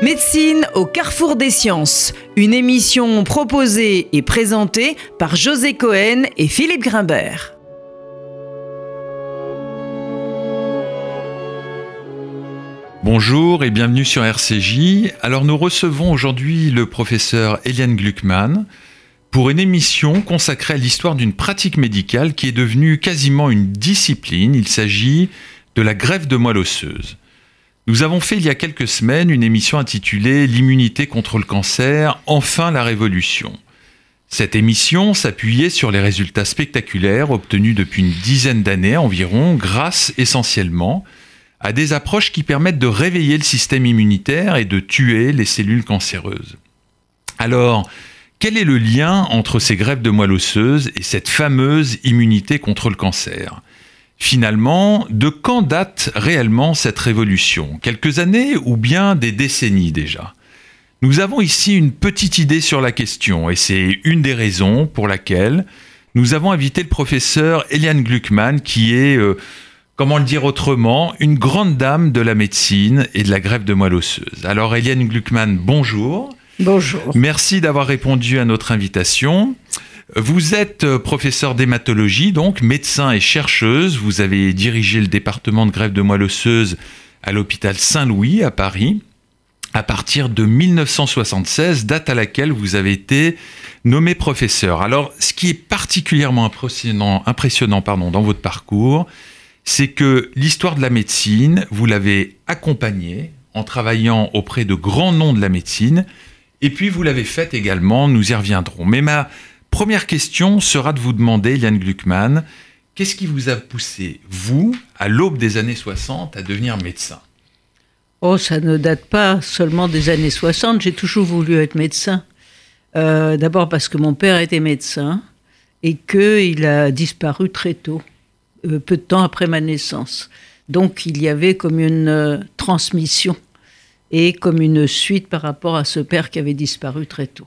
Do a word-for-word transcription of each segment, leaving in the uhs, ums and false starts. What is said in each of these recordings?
Médecine au carrefour des sciences, une émission proposée et présentée par José Cohen et Philippe Grimbert. Bonjour et bienvenue sur R C J. Alors nous recevons aujourd'hui le professeur Eliane Gluckman pour une émission consacrée à l'histoire d'une pratique médicale qui est devenue quasiment une discipline. Il s'agit de la greffe de moelle osseuse. Nous avons fait il y a quelques semaines une émission intitulée « L'immunité contre le cancer, enfin la révolution ». Cette émission s'appuyait sur les résultats spectaculaires obtenus depuis une dizaine d'années environ, grâce essentiellement à des approches qui permettent de réveiller le système immunitaire et de tuer les cellules cancéreuses. Alors, quel est le lien entre ces greffes de moelle osseuse et cette fameuse immunité contre le cancer ? Finalement, de quand date réellement cette révolution ? Quelques années ou bien des décennies déjà ? Nous avons ici une petite idée sur la question et c'est une des raisons pour laquelle nous avons invité le professeur Eliane Gluckman qui est, euh, comment le dire autrement, une grande dame de la médecine et de la greffe de moelle osseuse. Alors Eliane Gluckman, bonjour. Bonjour. Merci d'avoir répondu à notre invitation. Vous êtes professeur d'hématologie, donc médecin et chercheuse. Vous avez dirigé le département de greffe de moelle osseuse à l'hôpital Saint-Louis à Paris à partir de dix-neuf cent soixante-seize, date à laquelle vous avez été nommé professeur. Alors, ce qui est particulièrement impressionnant, impressionnant pardon, dans votre parcours, c'est que l'histoire de la médecine, vous l'avez accompagnée en travaillant auprès de grands noms de la médecine, et puis vous l'avez faite également, nous y reviendrons. Mais ma première question sera de vous demander, Eliane Gluckman, qu'est-ce qui vous a poussé, vous, à l'aube des années soixante, à devenir médecin ? Oh, ça ne date pas seulement des années soixante, j'ai toujours voulu être médecin. Euh, d'abord parce que mon père était médecin et qu'il a disparu très tôt, euh, peu de temps après ma naissance. Donc il y avait comme une euh, transmission et comme une suite par rapport à ce père qui avait disparu très tôt.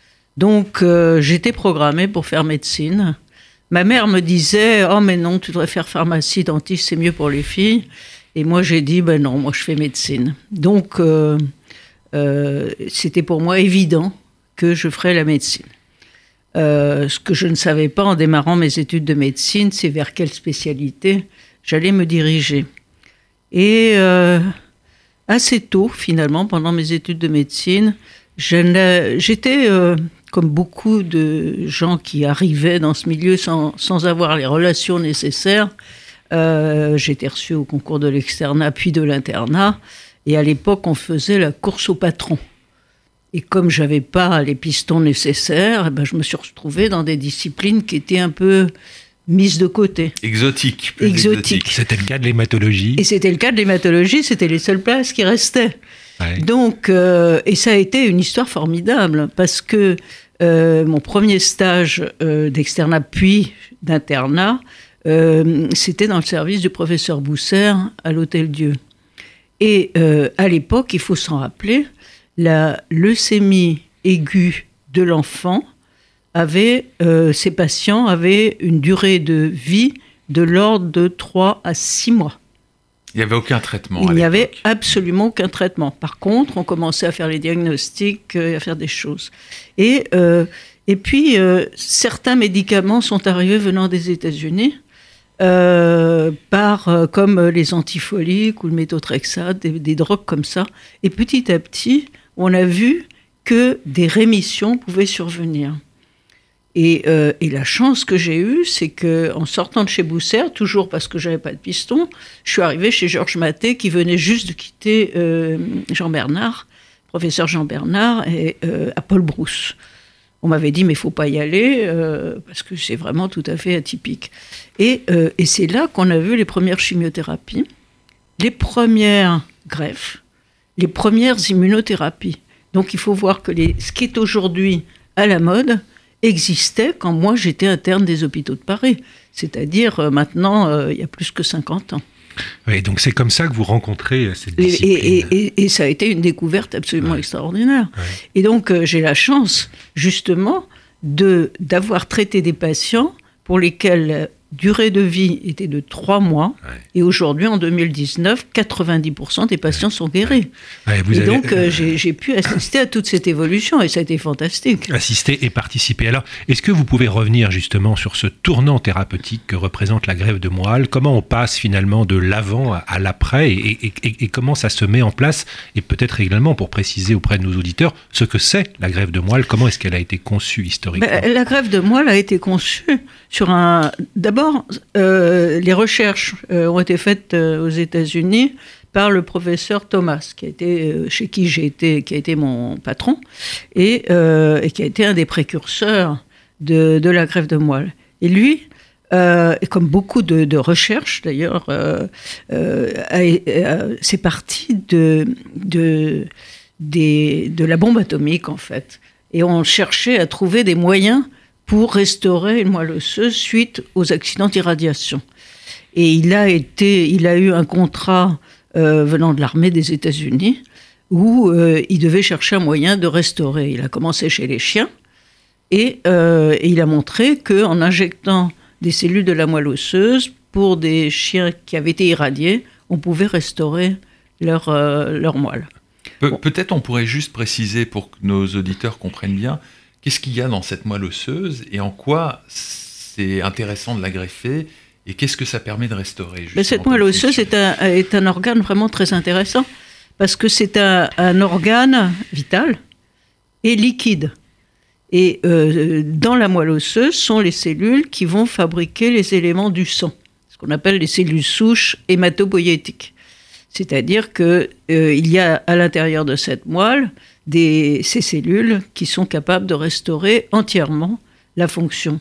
Donc, euh, j'étais programmée pour faire médecine. Ma mère me disait « Oh, mais non, tu devrais faire pharmacie, dentiste, c'est mieux pour les filles. » Et moi, j'ai dit « Ben non, moi, je fais médecine. » Donc, euh, euh, c'était pour moi évident que je ferais la médecine. Euh, ce que je ne savais pas en démarrant mes études de médecine, c'est vers quelle spécialité j'allais me diriger. Et euh, assez tôt, finalement, pendant mes études de médecine, je j'étais... Euh, comme beaucoup de gens qui arrivaient dans ce milieu sans, sans avoir les relations nécessaires, euh, j'étais reçue au concours de l'externat puis de l'internat. Et à l'époque, on faisait la course au patron. Et comme je n'avais pas les pistons nécessaires, eh ben, je me suis retrouvée dans des disciplines qui étaient un peu mises de côté. Exotique. Exotique. Exotique. C'était le cas de l'hématologie. Et c'était le cas de l'hématologie, c'était les seules places qui restaient. Ouais. Donc, euh, et ça a été une histoire formidable parce que euh, mon premier stage euh, d'externat puis d'internat, euh, c'était dans le service du professeur Boussert à l'Hôtel-Dieu. Et euh, à l'époque, il faut s'en rappeler, la leucémie aiguë de l'enfant avait, euh, ces patients avaient une durée de vie de l'ordre de trois à six mois. Il n'y avait aucun traitement. Il à n'y avait l'époque. absolument aucun traitement. Par contre, on commençait à faire les diagnostics et à faire des choses. Et, euh, et puis, euh, certains médicaments sont arrivés venant des États-Unis, euh, par, euh, comme les antifoliques ou le méthotrexate, des, des drogues comme ça. Et petit à petit, on a vu que des rémissions pouvaient survenir. Et, euh, et la chance que j'ai eue, c'est qu'en sortant de chez Boussert, toujours parce que je n'avais pas de piston, je suis arrivée chez Georges Mathé, qui venait juste de quitter euh, Jean Bernard, professeur Jean Bernard, et, euh, à Paul Brousse. On m'avait dit, mais il ne faut pas y aller, euh, parce que c'est vraiment tout à fait atypique. Et, euh, et c'est là qu'on a vu les premières chimiothérapies, les premières greffes, les premières immunothérapies. Donc il faut voir que les, ce qui est aujourd'hui à la mode existait quand moi j'étais interne des hôpitaux de Paris, c'est-à-dire euh, maintenant euh, il y a plus que cinquante ans. Oui, donc c'est comme ça que vous rencontrez cette Et, discipline. et, et, et ça a été une découverte absolument ouais. extraordinaire. Ouais. Et donc euh, j'ai la chance justement de, d'avoir traité des patients pour lesquels durée de vie était de trois mois. Ouais. Et aujourd'hui, en deux mille dix-neuf, quatre-vingt-dix pour cent des patients ouais. sont guéris. Ouais, vous et avez, donc, euh, j'ai, j'ai pu assister à toute cette évolution et ça a été fantastique. Assister et participer. Alors, est-ce que vous pouvez revenir justement sur ce tournant thérapeutique que représente la greffe de moelle ? Comment on passe finalement de l'avant à l'après et, et, et, et comment ça se met en place ? Et peut-être également, pour préciser auprès de nos auditeurs, ce que c'est la greffe de moelle, comment est-ce qu'elle a été conçue historiquement ? Ben, la greffe de moelle a été conçue sur un... D'abord, euh, les recherches euh, ont été faites euh, aux États-Unis par le professeur Thomas, qui a été, euh, chez qui j'ai été, qui a été mon patron, et, euh, et qui a été un des précurseurs de, de la greffe de moelle. Et lui, euh, et comme beaucoup de, de recherches d'ailleurs, euh, euh, a, a, c'est parti de, de, des, de la bombe atomique, en fait. Et on cherchait à trouver des moyens pour restaurer une moelle osseuse suite aux accidents d'irradiation. Et il a, été, il a eu un contrat euh, venant de l'armée des États-Unis où euh, il devait chercher un moyen de restaurer. Il a commencé chez les chiens et, euh, et il a montré qu'en injectant des cellules de la moelle osseuse pour des chiens qui avaient été irradiés, on pouvait restaurer leur, euh, leur moelle. Pe- bon. Peut-être on pourrait juste préciser pour que nos auditeurs comprennent bien qu'est-ce qu'il y a dans cette moelle osseuse et en quoi c'est intéressant de la greffer et qu'est-ce que ça permet de restaurer. Mais cette moelle osseuse est un, est un organe vraiment très intéressant parce que c'est un, un organe vital et liquide. Et euh, dans la moelle osseuse sont les cellules qui vont fabriquer les éléments du sang, ce qu'on appelle les cellules souches hématopoïétiques. C'est-à-dire qu'il euh, y a à l'intérieur de cette moelle des, ces cellules qui sont capables de restaurer entièrement la fonction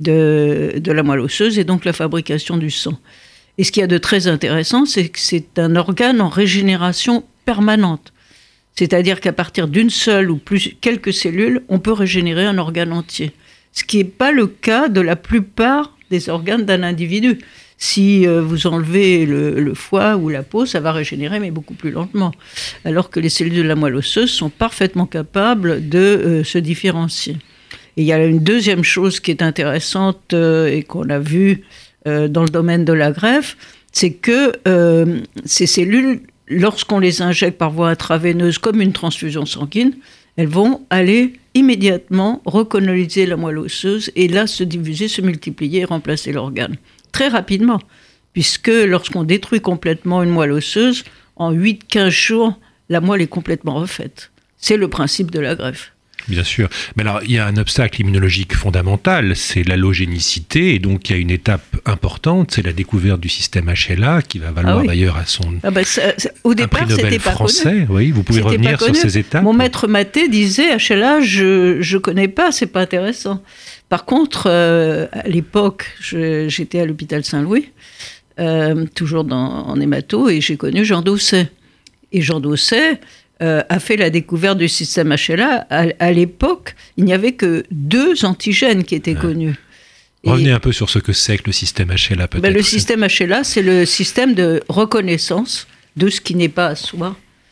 de, de la moelle osseuse et donc la fabrication du sang. Et ce qu'il y a de très intéressant, c'est que c'est un organe en régénération permanente. C'est-à-dire qu'à partir d'une seule ou plus quelques cellules, on peut régénérer un organe entier. Ce qui n'est pas le cas de la plupart des organes d'un individu. Si euh, vous enlevez le, le foie ou la peau, ça va régénérer, mais beaucoup plus lentement. Alors que les cellules de la moelle osseuse sont parfaitement capables de euh, se différencier. Et il y a une deuxième chose qui est intéressante euh, et qu'on a vue euh, dans le domaine de la greffe, c'est que euh, ces cellules, lorsqu'on les injecte par voie intraveineuse comme une transfusion sanguine, elles vont aller immédiatement recoloniser la moelle osseuse et là se diviser, se multiplier et remplacer l'organe. Très rapidement, puisque lorsqu'on détruit complètement une moelle osseuse, en huit à quinze jours, la moelle est complètement refaite. C'est le principe de la greffe. Bien sûr. Mais alors, il y a un obstacle immunologique fondamental, c'est l'allogénicité. Et donc, il y a une étape importante, c'est la découverte du système H L A, qui va valoir ah oui. d'ailleurs à son ah bah ça, ça, au départ, un prix Nobel c'était pas français. Connu. Oui, vous pouvez c'était revenir sur ces étapes. Mon maître Maté disait H L A, je je connais pas, c'est pas intéressant. Par contre, euh, à l'époque, je, j'étais à l'hôpital Saint-Louis, euh, toujours dans, en hémato, et j'ai connu Jean Dosset. Et Jean Dosset euh, a fait la découverte du système H L A. À, à l'époque, il n'y avait que deux antigènes qui étaient ouais. connus. Revenez et, un peu sur ce que c'est que le système H L A, peut-être. Ben, le système H L A, c'est le système de reconnaissance de ce qui n'est pas à soi.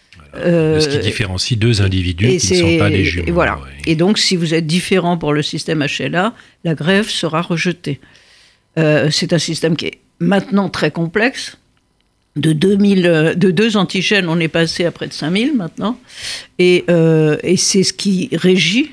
Euh, ce qui différencie deux individus qui ne sont pas des jumeaux. Et, voilà. Ouais. Et donc, si vous êtes différent pour le système H L A, la greffe sera rejetée. Euh, c'est un système qui est maintenant très complexe. De, deux mille, de deux antigènes, on est passé à près de cinq mille maintenant. Et, euh, et c'est ce qui régit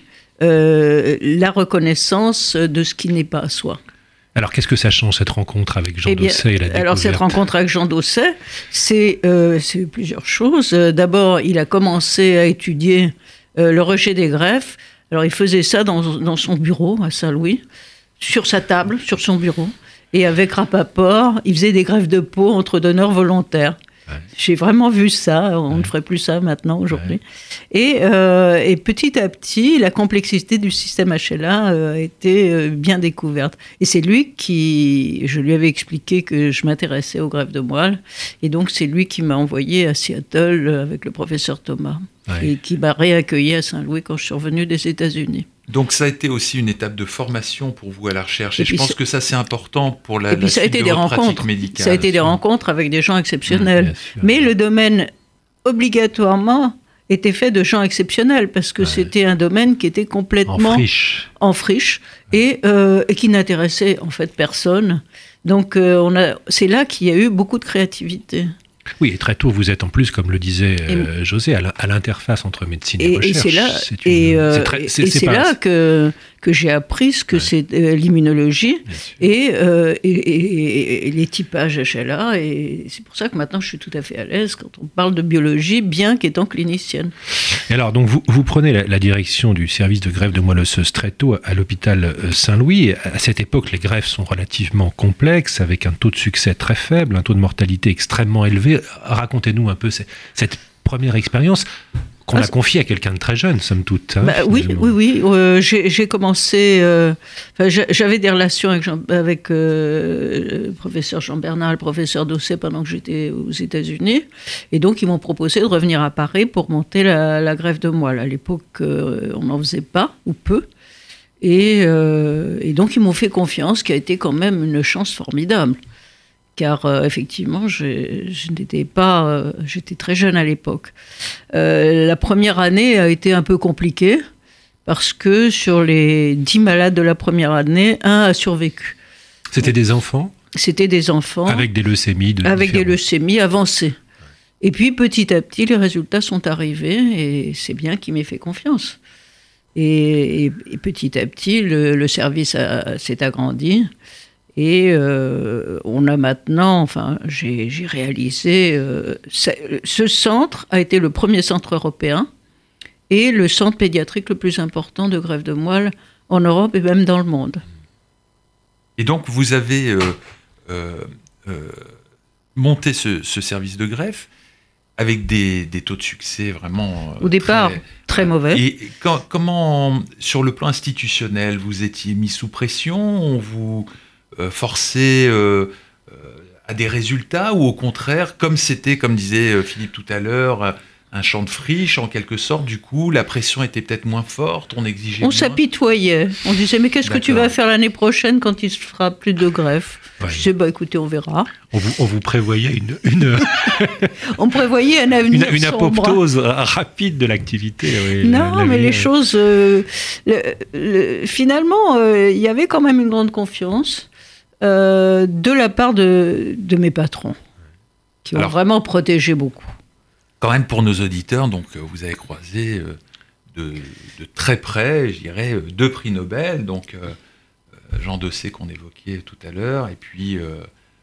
euh, la reconnaissance de ce qui n'est pas à soi. Alors, qu'est-ce que ça change, cette rencontre avec Jean eh bien, Dosset et la découverte ? Alors, cette rencontre avec Jean Dosset, c'est, euh, c'est plusieurs choses. D'abord, il a commencé à étudier euh, le rejet des greffes. Alors, il faisait ça dans, dans son bureau à Saint-Louis, sur sa table, sur son bureau. Et avec Rapaport, il faisait des greffes de peau entre donneurs volontaires. Ouais. J'ai vraiment vu ça, on ouais. ne ferait plus ça maintenant, aujourd'hui. Ouais. Et, euh, et petit à petit, la complexité du système H L A euh, a été euh, bien découverte. Et c'est lui qui, je lui avais expliqué que je m'intéressais aux greffes de moelle, et donc c'est lui qui m'a envoyé à Seattle avec le professeur Thomas, ouais. et qui m'a réaccueilli à Saint-Louis quand je suis revenue des États-Unis. Donc ça a été aussi une étape de formation pour vous à la recherche. Et, et je pense que ça, c'est important pour la, et puis la ça suite a été de des votre rencontres. pratique médicale. Ça a été des rencontres avec des gens exceptionnels. Mmh, Mais le domaine, obligatoirement, était fait de gens exceptionnels, parce que ouais. c'était un domaine qui était complètement en friche, en friche ouais. et, euh, et qui n'intéressait en fait personne. Donc euh, on a, c'est là qu'il y a eu beaucoup de créativité. Oui, et très tôt, vous êtes en plus, comme le disait euh, José, à, à l'interface entre médecine et, et recherche. Et c'est là, c'est une, et, euh, c'est très, c'est, et c'est c'est pas, là que, que j'ai appris ce que ouais. c'est euh, l'immunologie et, euh, et, et, et les typages H L A. Et c'est pour ça que maintenant, je suis tout à fait à l'aise quand on parle de biologie, bien qu'étant clinicienne. Et alors, donc, vous, vous prenez la, la direction du service de greffe de moelle osseuse très tôt à l'hôpital Saint-Louis. À cette époque, les greffes sont relativement complexes, avec un taux de succès très faible, un taux de mortalité extrêmement élevé. Racontez-nous un peu cette première expérience qu'on ah, a confiée à quelqu'un de très jeune, somme toute. Hein, bah, oui, oui, oui. Euh, j'ai, j'ai commencé. Euh, j'avais des relations avec, Jean, avec euh, le professeur Jean Bernard, le professeur Dosset pendant que j'étais aux États-Unis, et donc ils m'ont proposé de revenir à Paris pour monter la, la greffe de moelle. À l'époque, euh, on n'en faisait pas ou peu, et, euh, et donc ils m'ont fait confiance, ce qui a été quand même une chance formidable. Car euh, effectivement, je, je n'étais pas, euh, j'étais très jeune à l'époque. Euh, la première année a été un peu compliquée parce que sur les dix malades de la première année, un a survécu. C'était des enfants ? C'était des enfants. Avec des leucémies de Avec différents... des leucémies avancées. Et puis petit à petit, les résultats sont arrivés et c'est bien qu'il m'ait fait confiance. Et, et, et petit à petit, le, le service a, s'est agrandi. Et euh, on a maintenant, enfin, j'ai, j'ai réalisé, euh, ça, ce centre a été le premier centre européen et le centre pédiatrique le plus important de greffe de moelle en Europe et même dans le monde. Et donc vous avez euh, euh, euh, monté ce, ce service de greffe avec des, des taux de succès vraiment euh, au départ très, très mauvais. Et quand, comment, sur le plan institutionnel, vous étiez mis sous pression, on vous Euh, forcé euh, euh, à des résultats, ou au contraire, comme c'était, comme disait euh, Philippe tout à l'heure, un champ de friche en quelque sorte, du coup la pression était peut-être moins forte, on exigeait on moins. s'apitoyait, on disait mais qu'est-ce D'accord. que tu vas faire l'année prochaine quand il se fera plus de greffe? Ouais. Je disais bah écoutez, on verra. On vous, on vous prévoyait une, une... on prévoyait un avenir une, une apoptose rapide de l'activité. Oui, non, la, mais les choses euh, le, le, finalement il euh, y avait quand même une grande confiance. Euh, de la part de, de mes patrons, qui Alors, ont vraiment protégé beaucoup. Quand même, pour nos auditeurs, donc, vous avez croisé euh, de, de très près, je dirais, deux prix Nobel, donc euh, Jean Dosset qu'on évoquait tout à l'heure, et puis euh,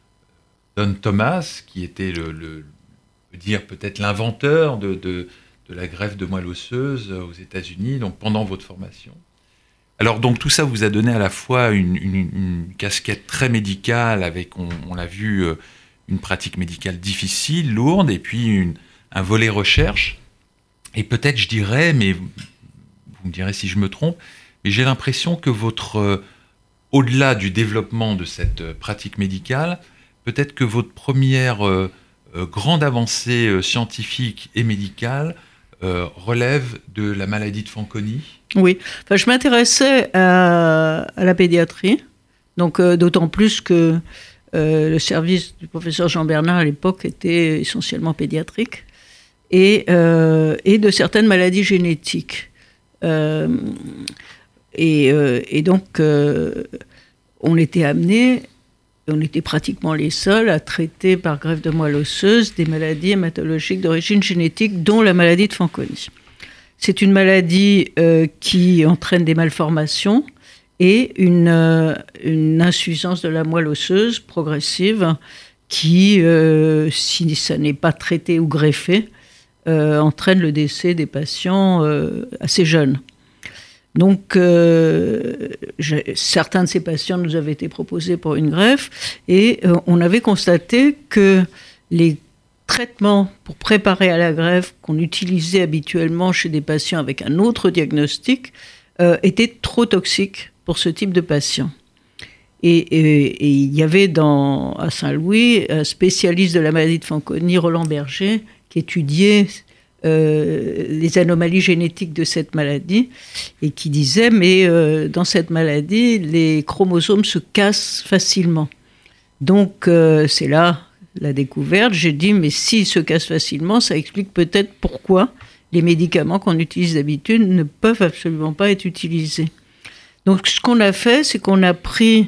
Don Thomas, qui était le, le, le dire peut-être l'inventeur de, de, de la greffe de moelle osseuse aux États-Unis, donc pendant votre formation. Alors donc tout ça vous a donné à la fois une, une, une casquette très médicale avec, on, on l'a vu, euh, une pratique médicale difficile, lourde, et puis une, un volet recherche. Et peut-être je dirais, mais vous me direz si je me trompe, mais j'ai l'impression que votre, euh, au-delà du développement de cette euh, pratique médicale, peut-être que votre première euh, euh, grande avancée euh, scientifique et médicale euh, relève de la maladie de Fanconi. Oui, enfin, je m'intéressais à, à la pédiatrie, donc euh, d'autant plus que euh, le service du professeur Jean Bernard à l'époque était essentiellement pédiatrique, et, euh, et de certaines maladies génétiques. Euh, et, euh, et donc, euh, on était amenés, on était pratiquement les seuls à traiter par greffe de moelle osseuse des maladies hématologiques d'origine génétique, dont la maladie de Fanconi. C'est une maladie euh, qui entraîne des malformations et une, euh, une insuffisance de la moelle osseuse progressive qui, euh, si ça n'est pas traité ou greffé, euh, entraîne le décès des patients euh, assez jeunes. Donc, euh, certains de ces patients nous avaient été proposés pour une greffe et euh, on avait constaté que les traitements pour préparer à la greffe qu'on utilisait habituellement chez des patients avec un autre diagnostic euh, étaient trop toxiques pour ce type de patient. Et, et, et il y avait dans, à Saint-Louis un spécialiste de la maladie de Fanconi, Roland Berger, qui étudiait euh, les anomalies génétiques de cette maladie et qui disait mais euh, dans cette maladie les chromosomes se cassent facilement. Donc euh, c'est là la découverte, j'ai dit, mais s'ils se cassent facilement, ça explique peut-être pourquoi les médicaments qu'on utilise d'habitude ne peuvent absolument pas être utilisés. Donc, ce qu'on a fait, c'est qu'on a pris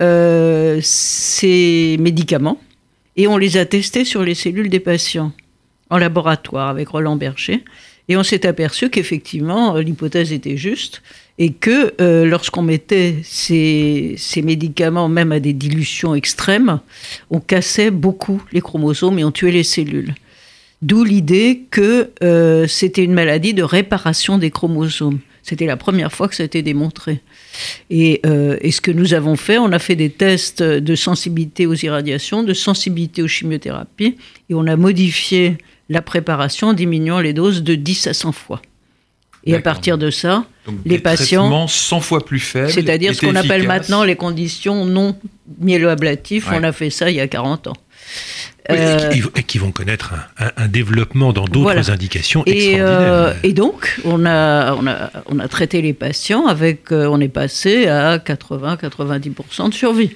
euh, ces médicaments et on les a testés sur les cellules des patients en laboratoire avec Roland Berger. Et on s'est aperçu qu'effectivement, l'hypothèse était juste et que euh, lorsqu'on mettait ces, ces médicaments, même à des dilutions extrêmes, on cassait beaucoup les chromosomes et on tuait les cellules. D'où l'idée que euh, c'était une maladie de réparation des chromosomes. C'était la première fois que ça a été démontré. Et, euh, et ce que nous avons fait, on a fait des tests de sensibilité aux irradiations, de sensibilité aux chimiothérapies, et on a modifié la préparation en diminuant les doses de dix à cent fois. Et D'accord. à partir de ça, Donc, les des patients... traitements cent fois plus faibles, c'est-à-dire ce qu'on efficaces. appelle maintenant les conditions non myéloablatives. Ouais. On a fait ça il y a quarante ans. Oui, euh, et, qui, et qui vont connaître un, un, un développement dans d'autres voilà. indications et, extraordinaires. Euh, et donc, on a, on, a, on a traité les patients avec... Euh, on est passé à quatre-vingts à quatre-vingt-dix pour cent de survie.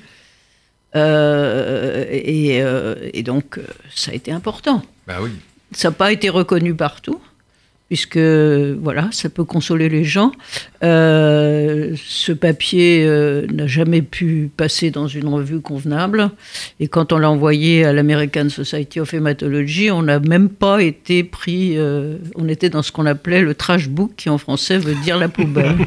Euh, et, euh, et donc, ça a été important. Bah oui. Ça n'a pas été reconnu partout, puisque voilà, ça peut consoler les gens. Euh, ce papier euh, n'a jamais pu passer dans une revue convenable. Et quand on l'a envoyé à l'American Society of Hematology, on n'a même pas été pris... Euh, on était dans ce qu'on appelait le trash book, qui en français veut dire la poubelle.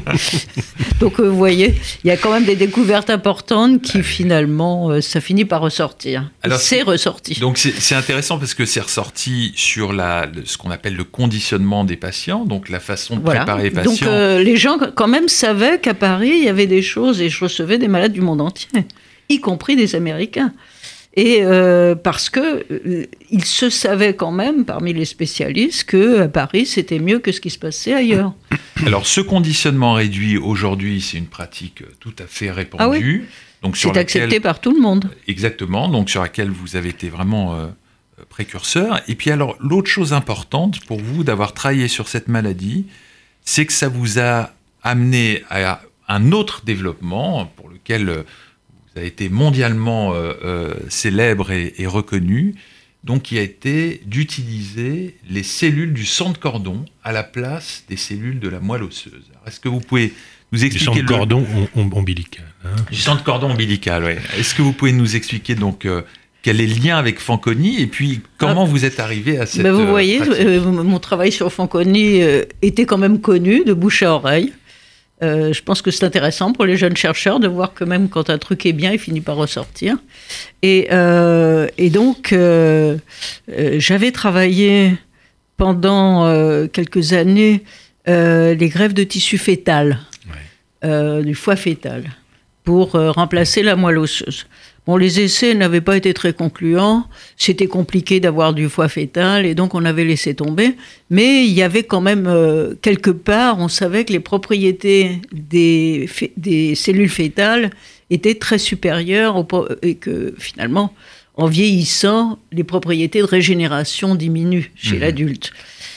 Donc euh, vous voyez, il y a quand même des découvertes importantes qui finalement, euh, ça finit par ressortir. Alors, c'est ressorti. Donc c'est, c'est intéressant parce que c'est ressorti sur la, ce qu'on appelle le conditionnement des patients, donc la façon de voilà. préparer les patients. Donc euh, les gens quand même savaient qu'à Paris, il y avait des choses, et je recevais des malades du monde entier, y compris des Américains. Et euh, parce que euh, ils se savaient quand même, parmi les spécialistes, qu'à Paris, c'était mieux que ce qui se passait ailleurs. Alors ce conditionnement réduit, aujourd'hui, c'est une pratique tout à fait répandue. Ah oui. Donc, sur c'est laquelle, accepté par tout le monde. Exactement, donc sur laquelle vous avez été vraiment... Euh, précurseur. Et puis alors, l'autre chose importante pour vous d'avoir travaillé sur cette maladie, c'est que ça vous a amené à un autre développement pour lequel vous avez été mondialement euh, euh, célèbre et, et reconnu, donc qui a été d'utiliser les cellules du sang de cordon à la place des cellules de la moelle osseuse. Alors, est-ce que vous pouvez nous expliquer... Du sang de cordon le... ombilical. Hein. Du sang de cordon ombilical, oui. Est-ce que vous pouvez nous expliquer donc... Euh, quel est le lien avec Fanconi et puis comment ah, vous êtes arrivé à cette ben Vous voyez, euh, mon travail sur Fanconi euh, était quand même connu de bouche à oreille. Euh, je pense que c'est intéressant pour les jeunes chercheurs de voir que même quand un truc est bien, il finit par ressortir. Et, euh, et donc, euh, euh, j'avais travaillé pendant euh, quelques années euh, les greffes de tissu fœtal, ouais. euh, du foie fœtal, pour euh, remplacer la moelle osseuse. Bon, les essais n'avaient pas été très concluants, c'était compliqué d'avoir du foie fœtal et donc on avait laissé tomber. Mais il y avait quand même, euh, quelque part, on savait que les propriétés des, des cellules fœtales étaient très supérieures au, et que finalement, en vieillissant, les propriétés de régénération diminuent chez mmh. l'adulte.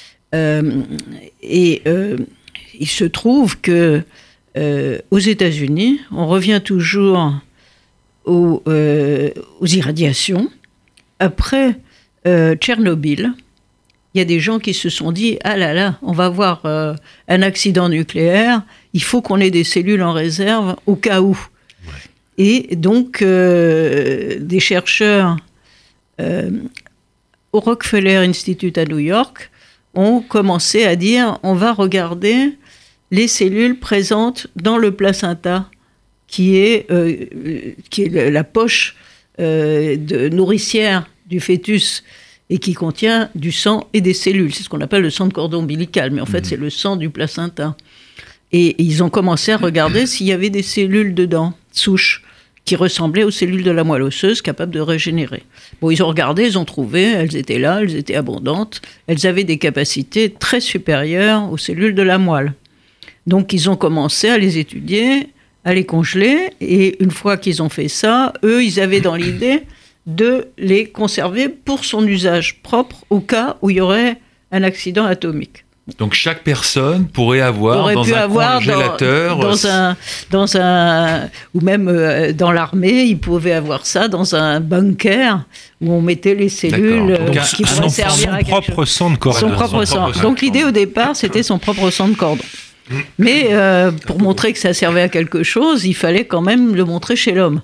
Euh, et euh, il se trouve que euh, aux États-Unis, on revient toujours... Aux, euh, aux irradiations. Après euh, Tchernobyl, il y a des gens qui se sont dit « Ah là là, on va avoir euh, un accident nucléaire, il faut qu'on ait des cellules en réserve au cas où. Ouais. » Et donc, euh, des chercheurs euh, au Rockefeller Institute à New York ont commencé à dire « On va regarder les cellules présentes dans le placenta » qui est, euh, qui est la poche euh, de, nourricière du fœtus et qui contient du sang et des cellules. C'est ce qu'on appelle le sang de cordon ombilical, mais en fait, mmh. c'est le sang du placenta. Et, et ils ont commencé à regarder s'il y avait des cellules dedans, souches, qui ressemblaient aux cellules de la moelle osseuse, capables de régénérer. Bon, ils ont regardé, ils ont trouvé, elles étaient là, elles étaient abondantes, elles avaient des capacités très supérieures aux cellules de la moelle. Donc, ils ont commencé à les étudier, à les congeler, et une fois qu'ils ont fait ça, eux, ils avaient dans l'idée de les conserver pour son usage propre au cas où il y aurait un accident atomique. Donc chaque personne pourrait avoir pourrait dans un avoir congélateur... Dans, dans, un, dans un... Ou même euh, dans l'armée, ils pouvaient avoir ça dans un bunker où on mettait les cellules euh, qui pourraient servir à quelque chose. Son propre sang de cordon. Son propre sang. Donc l'idée au départ, c'était son propre sang de cordon. Mais euh, pour montrer que ça servait à quelque chose, il fallait quand même le montrer chez l'homme.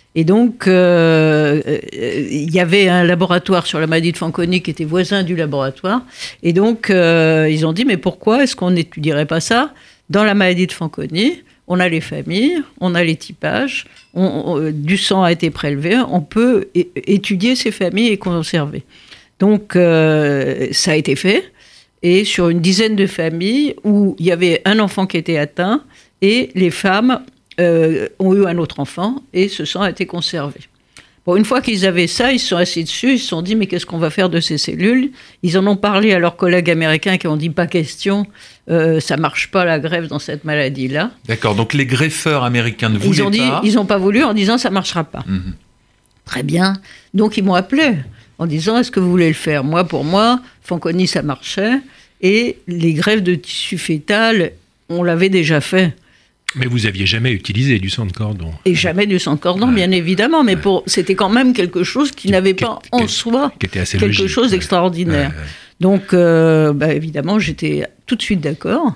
Et donc, euh, il y avait un laboratoire sur la maladie de Fanconi qui était voisin du laboratoire. Et donc, euh, ils ont dit, mais pourquoi est-ce qu'on n'étudierait pas ça ? Dans la maladie de Fanconi, on a les familles, on a les typages, on, on, du sang a été prélevé, on peut é- étudier ces familles et conserver. Donc, euh, ça a été fait. Et sur une dizaine de familles où il y avait un enfant qui était atteint et les femmes euh, ont eu un autre enfant et ce sang a été conservé. Bon, une fois qu'ils avaient ça, ils se sont assis dessus, ils se sont dit mais qu'est-ce qu'on va faire de ces cellules ? Ils en ont parlé à leurs collègues américains qui ont dit pas question, euh, ça marche pas la greffe dans cette maladie-là. D'accord, donc les greffeurs américains ne voulaient ils ont dit, pas. Ils n'ont pas voulu en disant ça marchera pas. Mmh. Très bien, donc ils m'ont appelé en disant est-ce que vous voulez le faire ? Moi, pour moi, Fanconi ça marchait et les greffes de tissu fœtal, on l'avait déjà fait. Mais vous aviez jamais utilisé du sang de cordon. Et jamais du sang de cordon, ouais. Bien évidemment, mais pour, c'était quand même quelque chose qui, qui n'avait qui, pas qui, en soi qui était assez quelque logique, chose ouais. d'extraordinaire. Ouais, ouais. Donc, euh, bah, évidemment, j'étais tout de suite d'accord.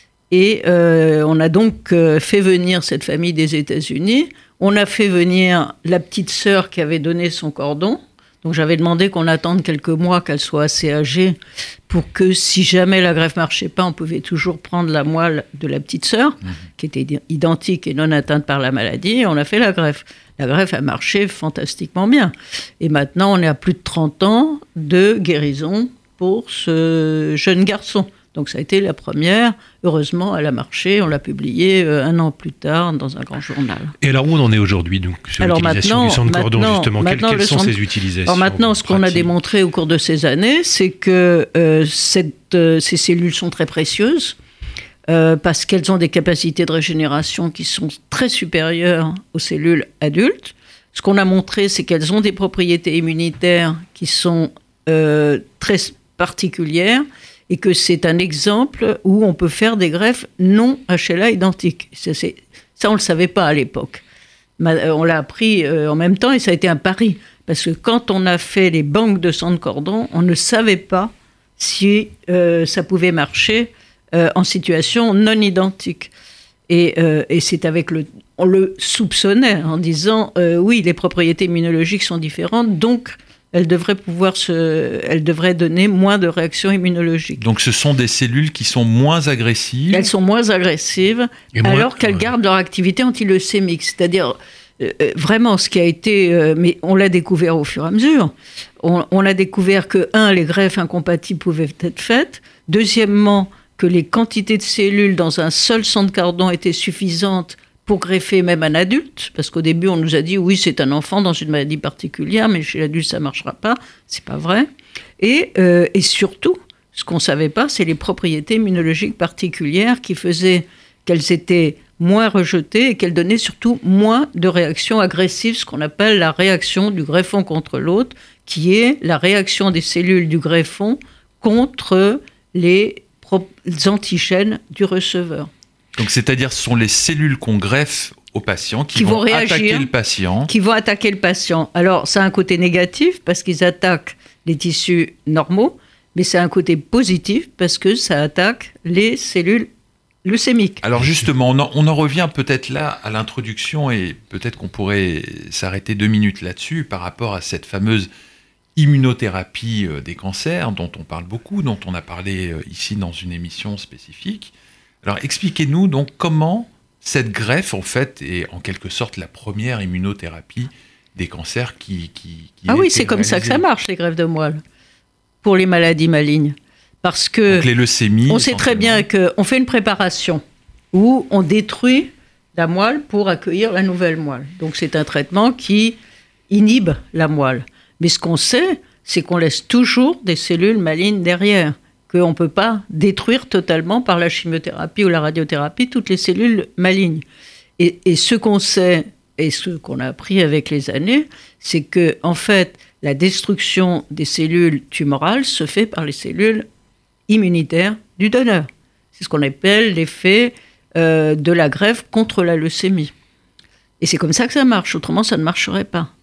Et euh, on a donc euh, fait venir cette famille des États-Unis. On a fait venir la petite sœur qui avait donné son cordon. Donc j'avais demandé qu'on attende quelques mois, qu'elle soit assez âgée, pour que si jamais la greffe ne marchait pas, on pouvait toujours prendre la moelle de la petite sœur, mmh. qui était identique et non atteinte par la maladie, et on a fait la greffe. La greffe a marché fantastiquement bien. Et maintenant, on est à plus de trente ans de guérison pour ce jeune garçon. Donc ça a été la première. Heureusement, elle a marché. On l'a publiée euh, un an plus tard dans un grand journal. Et alors, où on en est aujourd'hui donc, sur alors l'utilisation du sang de cordon, justement Quelles, quelles sont sang... ces utilisations Alors maintenant, ce qu'on a démontré au cours de ces années, c'est que euh, cette, euh, ces cellules sont très précieuses euh, parce qu'elles ont des capacités de régénération qui sont très supérieures aux cellules adultes. Ce qu'on a montré, c'est qu'elles ont des propriétés immunitaires qui sont euh, très particulières et que c'est un exemple où on peut faire des greffes non H L A identiques. Ça, c'est, ça on ne le savait pas à l'époque. On l'a appris en même temps et ça a été un pari. Parce que quand on a fait les banques de sang de cordon, on ne savait pas si euh, ça pouvait marcher euh, en situation non identique. Et, euh, et c'est avec le... On le soupçonnait en disant euh, oui, les propriétés immunologiques sont différentes, donc elle devrait pouvoir se, elle devrait donner moins de réactions immunologiques. Donc ce sont des cellules qui sont moins agressives. Elles sont moins agressives, Et moins, alors qu'elles ouais. gardent leur activité antileucémique. C'est-à-dire euh, vraiment ce qui a été, euh, mais on l'a découvert au fur et à mesure. On, on a découvert que un, les greffes incompatibles pouvaient être faites. Deuxièmement, que les quantités de cellules dans un seul sang de cordon étaient suffisantes pour greffer même un adulte, parce qu'au début on nous a dit oui c'est un enfant dans une maladie particulière, mais chez l'adulte ça ne marchera pas, c'est pas vrai. Et, euh, et surtout, ce qu'on ne savait pas, c'est les propriétés immunologiques particulières qui faisaient qu'elles étaient moins rejetées et qu'elles donnaient surtout moins de réactions agressives, ce qu'on appelle la réaction du greffon contre l'autre, qui est la réaction des cellules du greffon contre les, pro- les antigènes du receveur. Donc, c'est-à-dire, ce sont les cellules qu'on greffe aux patients qui, qui vont, vont réagir, attaquer le patient. Qui vont attaquer le patient. Alors, ça a un côté négatif parce qu'ils attaquent les tissus normaux, mais c'est un côté positif parce que ça attaque les cellules leucémiques. Alors justement, on en, on en revient peut-être là à l'introduction et peut-être qu'on pourrait s'arrêter deux minutes là-dessus par rapport à cette fameuse immunothérapie des cancers dont on parle beaucoup, dont on a parlé ici dans une émission spécifique. Alors expliquez-nous donc comment cette greffe en fait est en quelque sorte la première immunothérapie des cancers qui, qui, qui Ah oui, été c'est comme réalisée. ça que ça marche les greffes de moelle pour les maladies malignes. Parce que donc les leucémies, on sait très bien qu'on fait une préparation où on détruit la moelle pour accueillir la nouvelle moelle. Donc c'est un traitement qui inhibe la moelle. Mais ce qu'on sait, c'est qu'on laisse toujours des cellules malignes derrière, qu'on ne peut pas détruire totalement par la chimiothérapie ou la radiothérapie toutes les cellules malignes. Et, et ce qu'on sait, et ce qu'on a appris avec les années, c'est que en fait, la destruction des cellules tumorales se fait par les cellules immunitaires du donneur. C'est ce qu'on appelle l'effet euh, de la greffe contre la leucémie. Et c'est comme ça que ça marche, autrement ça ne marcherait pas.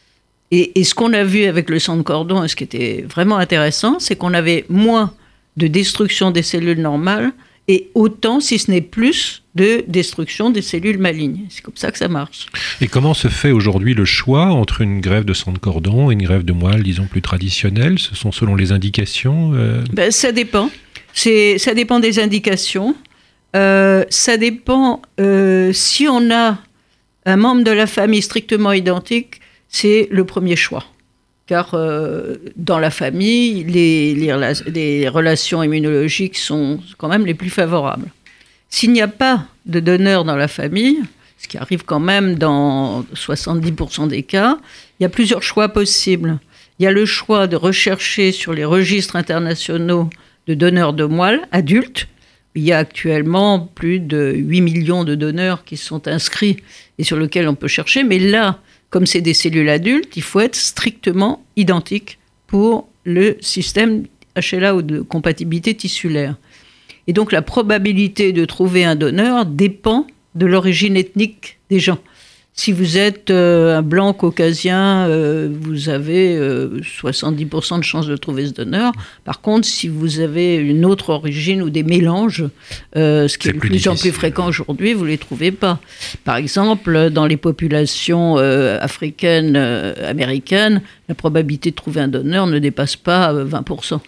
Et, et ce qu'on a vu avec le sang de cordon, et ce qui était vraiment intéressant, c'est qu'on avait moins de destruction des cellules normales et autant, si ce n'est plus, de destruction des cellules malignes. C'est comme ça que ça marche. Et comment se fait aujourd'hui le choix entre une greffe de sang de cordon et une greffe de moelle, disons, plus traditionnelle? Ce sont selon les indications euh... ben, ça dépend. C'est, ça dépend des indications. Euh, ça dépend euh, si on a un membre de la famille strictement identique, c'est le premier choix. Car euh, dans la famille, les, les, les relations immunologiques sont quand même les plus favorables. S'il n'y a pas de donneur dans la famille, ce qui arrive quand même dans soixante-dix pour cent des cas, il y a plusieurs choix possibles. Il y a le choix de rechercher sur les registres internationaux de donneurs de moelle adultes. Il y a actuellement plus de huit millions de donneurs qui sont inscrits et sur lesquels on peut chercher. Mais là, comme c'est des cellules adultes, il faut être strictement identique pour le système H L A ou de compatibilité tissulaire. Et donc la probabilité de trouver un donneur dépend de l'origine ethnique des gens. Si vous êtes euh, un blanc caucasien, euh, vous avez euh, soixante-dix pour cent de chances de trouver ce donneur. Par contre, si vous avez une autre origine ou des mélanges, euh, ce qui est, est de plus, plus en plus fréquent aujourd'hui, vous ne les trouvez pas. Par exemple, dans les populations euh, africaines, euh, américaines, la probabilité de trouver un donneur ne dépasse pas vingt pour cent.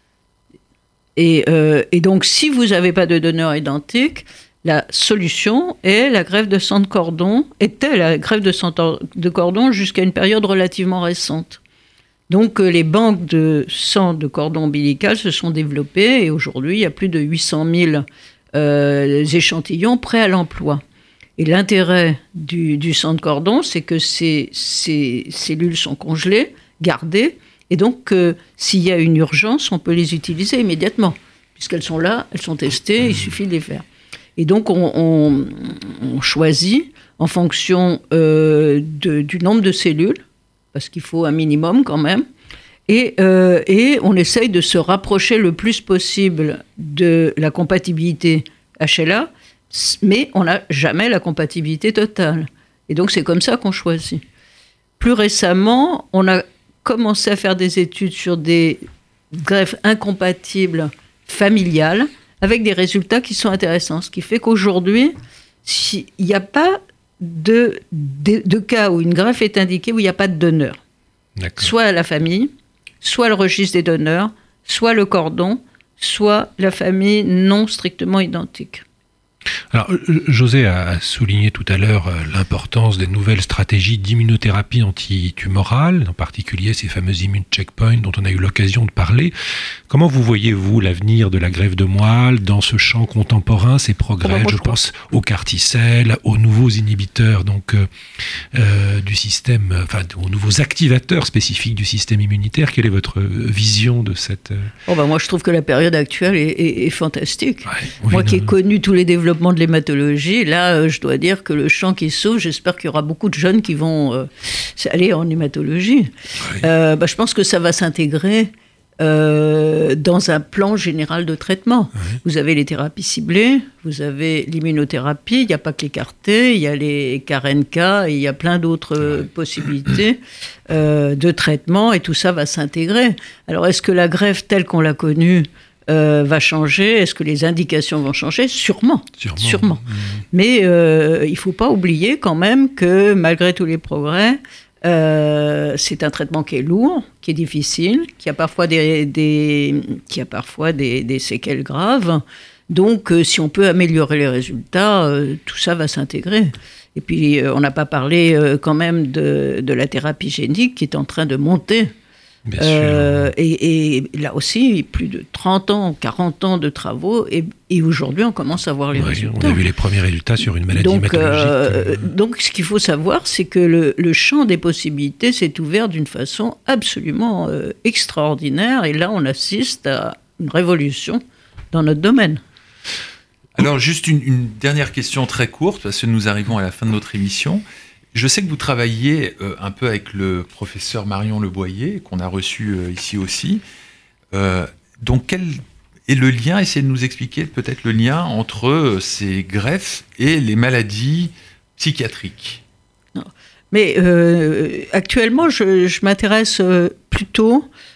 Et, euh, et donc, si vous n'avez pas de donneur identique, la solution est la greffe de sang de cordon, était la greffe de sang de cordon jusqu'à une période relativement récente. Donc les banques de sang de cordon ombilical se sont développées et aujourd'hui il y a plus de huit cent mille euh, échantillons prêts à l'emploi. Et l'intérêt du, du sang de cordon, c'est que ces, ces cellules sont congelées, gardées, et donc euh, s'il y a une urgence, on peut les utiliser immédiatement. Puisqu'elles sont là, elles sont testées, il suffit de les faire. Et donc, on, on, on choisit en fonction euh, de, du nombre de cellules, parce qu'il faut un minimum quand même, et, euh, et on essaye de se rapprocher le plus possible de la compatibilité H L A, mais on n'a jamais la compatibilité totale. Et donc, c'est comme ça qu'on choisit. Plus récemment, on a commencé à faire des études sur des greffes incompatibles familiales, avec des résultats qui sont intéressants. Ce qui fait qu'aujourd'hui, il n'y a pas de, de, de cas où une greffe est indiquée où il n'y a pas de donneur. D'accord. Soit la famille, soit le registre des donneurs, soit le cordon, soit la famille non strictement identique. Alors, José a souligné tout à l'heure l'importance des nouvelles stratégies d'immunothérapie antitumorale, en particulier ces fameux immune checkpoints dont on a eu l'occasion de parler. Comment vous voyez-vous l'avenir de la greffe de moelle dans ce champ contemporain, ces progrès? Je pense aux CAR-T-cell, aux nouveaux inhibiteurs donc, euh, euh, du système, enfin aux nouveaux activateurs spécifiques du système immunitaire. Quelle est votre vision de cette... Euh... Oh ben moi, je trouve que la période actuelle est, est, est fantastique. Ouais, oui, moi non, qui ai connu tous les développements de l'hématologie, là, euh, je dois dire que le champ qui s'ouvre, j'espère qu'il y aura beaucoup de jeunes qui vont euh, aller en hématologie. Oui. Euh, bah, je pense que ça va s'intégrer euh, dans un plan général de traitement. Oui. Vous avez les thérapies ciblées, vous avez l'immunothérapie, il n'y a pas que les C A R T, il y a les C A R N K, il y a plein d'autres oui. possibilités euh, de traitement, et tout ça va s'intégrer. Alors, est-ce que la greffe telle qu'on l'a connue Euh, va changer? Est-ce que les indications vont changer? Sûrement. Sûrement. Sûrement. Mmh. Mais euh, il ne faut pas oublier quand même que malgré tous les progrès, euh, c'est un traitement qui est lourd, qui est difficile, qui a parfois des, des, qui a parfois des, des séquelles graves. Donc, euh, si on peut améliorer les résultats, euh, tout ça va s'intégrer. Et puis, euh, on n'a pas parlé euh, quand même de, de la thérapie génique qui est en train de monter. Bien euh, sûr. Et, et là aussi, plus de trente ans, quarante ans de travaux, et, et aujourd'hui, on commence à voir les oui, résultats. On a vu les premiers résultats sur une maladie donc, hématologique. Euh, donc, ce qu'il faut savoir, c'est que le, le champ des possibilités s'est ouvert d'une façon absolument euh, extraordinaire, et là, on assiste à une révolution dans notre domaine. Alors, juste une, une dernière question très courte, parce que nous arrivons à la fin de notre émission. Je sais que vous travaillez euh, un peu avec le professeur Marion Leboyer, qu'on a reçu euh, ici aussi. Euh, donc, quel est le lien? Essayez de nous expliquer peut-être le lien entre euh, ces greffes et les maladies psychiatriques. Non. Mais euh, actuellement, je, je m'intéresse euh, plutôt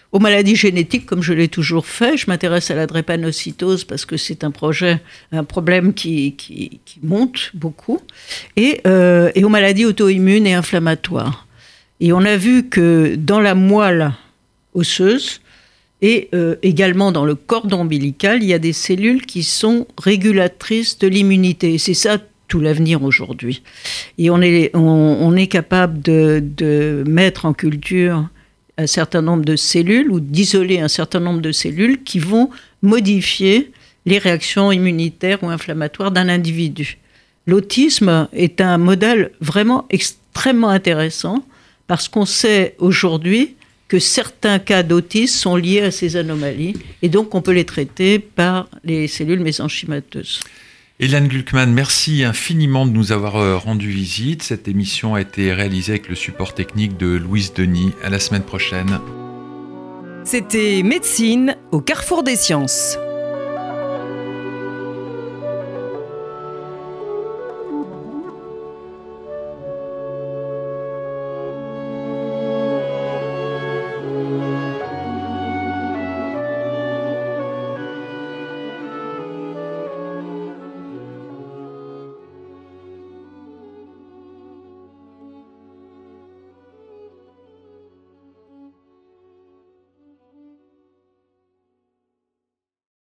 aux maladies génétiques, comme je l'ai toujours fait. Je m'intéresse à la drépanocytose parce que c'est un projet, un problème qui, qui, qui monte beaucoup, et, euh, et aux maladies auto-immunes et inflammatoires. Et on a vu que dans la moelle osseuse et euh, également dans le cordon ombilical, il y a des cellules qui sont régulatrices de l'immunité. Et c'est ça tout l'avenir aujourd'hui. Et on est, on, on est capable de, de mettre en culture un certain nombre de cellules ou d'isoler un certain nombre de cellules qui vont modifier les réactions immunitaires ou inflammatoires d'un individu. L'autisme est un modèle vraiment extrêmement intéressant parce qu'on sait aujourd'hui que certains cas d'autisme sont liés à ces anomalies et donc on peut les traiter par les cellules mésenchymateuses. Eliane Glückmann, merci infiniment de nous avoir rendu visite. Cette émission a été réalisée avec le support technique de Louise Denis. À la semaine prochaine. C'était Médecine au carrefour des sciences.